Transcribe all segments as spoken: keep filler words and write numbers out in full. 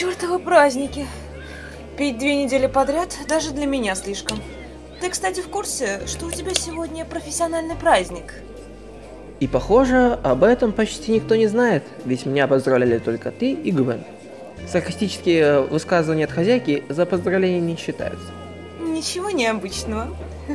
Чёртовы праздники. Пить две недели подряд даже для меня слишком. Ты, кстати, в курсе, что у тебя сегодня профессиональный праздник? И похоже, об этом почти никто не знает, ведь меня поздравляли только ты и Гвен. Саркастические высказывания от хозяйки за поздравления не считаются. Ничего необычного.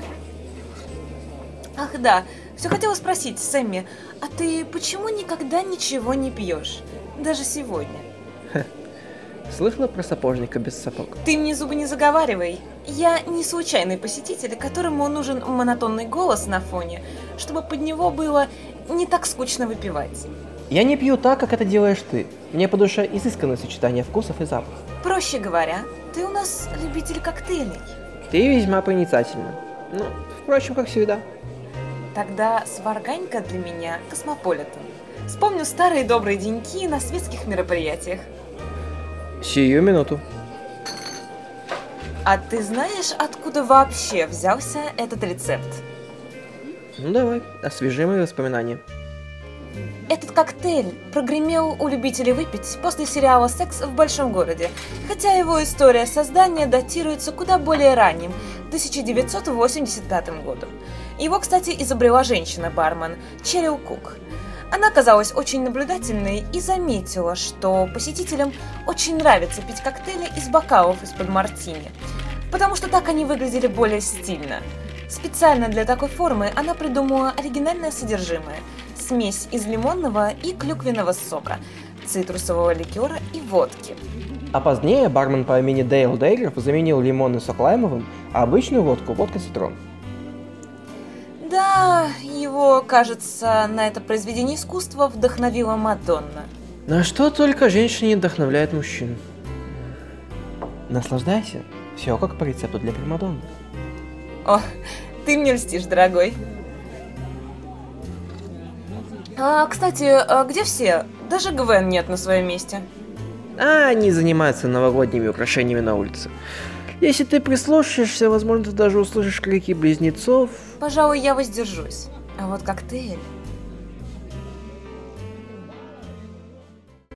Ах да, все хотела спросить, Сэмми, а ты почему никогда ничего не пьешь? Даже сегодня. Слышала про сапожника без сапог? Ты мне зубы не заговаривай. Я не случайный посетитель, которому нужен монотонный голос на фоне, чтобы под него было не так скучно выпивать. Я не пью так, как это делаешь ты. Мне по душе изысканное сочетание вкусов и запахов. Проще говоря, ты у нас любитель коктейлей. Ты весьма проницательна. Ну, впрочем, как всегда. Тогда сварганька для меня космополитен. Вспомню старые добрые деньки на светских мероприятиях. Сию минуту. А ты знаешь, откуда вообще взялся этот рецепт? Ну давай, освежи мои воспоминания. Этот коктейль прогремел у любителей выпить после сериала «Секс в большом городе», хотя его история создания датируется куда более ранним, тысяча девятьсот восемьдесят пятым годом. Его, кстати, изобрела женщина-бармен Черил Кук. Она казалась очень наблюдательной и заметила, что посетителям очень нравится пить коктейли из бокалов из-под мартини, потому что так они выглядели более стильно. Специально для такой формы она придумала оригинальное содержимое – смесь из лимонного и клюквенного сока, цитрусового ликера и водки. А позднее бармен по имени Дейл Дейгров заменил лимонный сок лаймовым, а обычную водку – водка цитрон. Да, его, кажется, на это произведение искусства вдохновила Мадонна. На что только женщина не вдохновляет мужчин. Наслаждайся, все как по рецепту для примадонны. О, ты мне льстишь, дорогой. А, кстати, а где все? Даже Гвен нет на своем месте. А они занимаются новогодними украшениями на улице. Если ты прислушаешься, возможно, ты даже услышишь крики близнецов. Пожалуй, я воздержусь. А вот коктейль...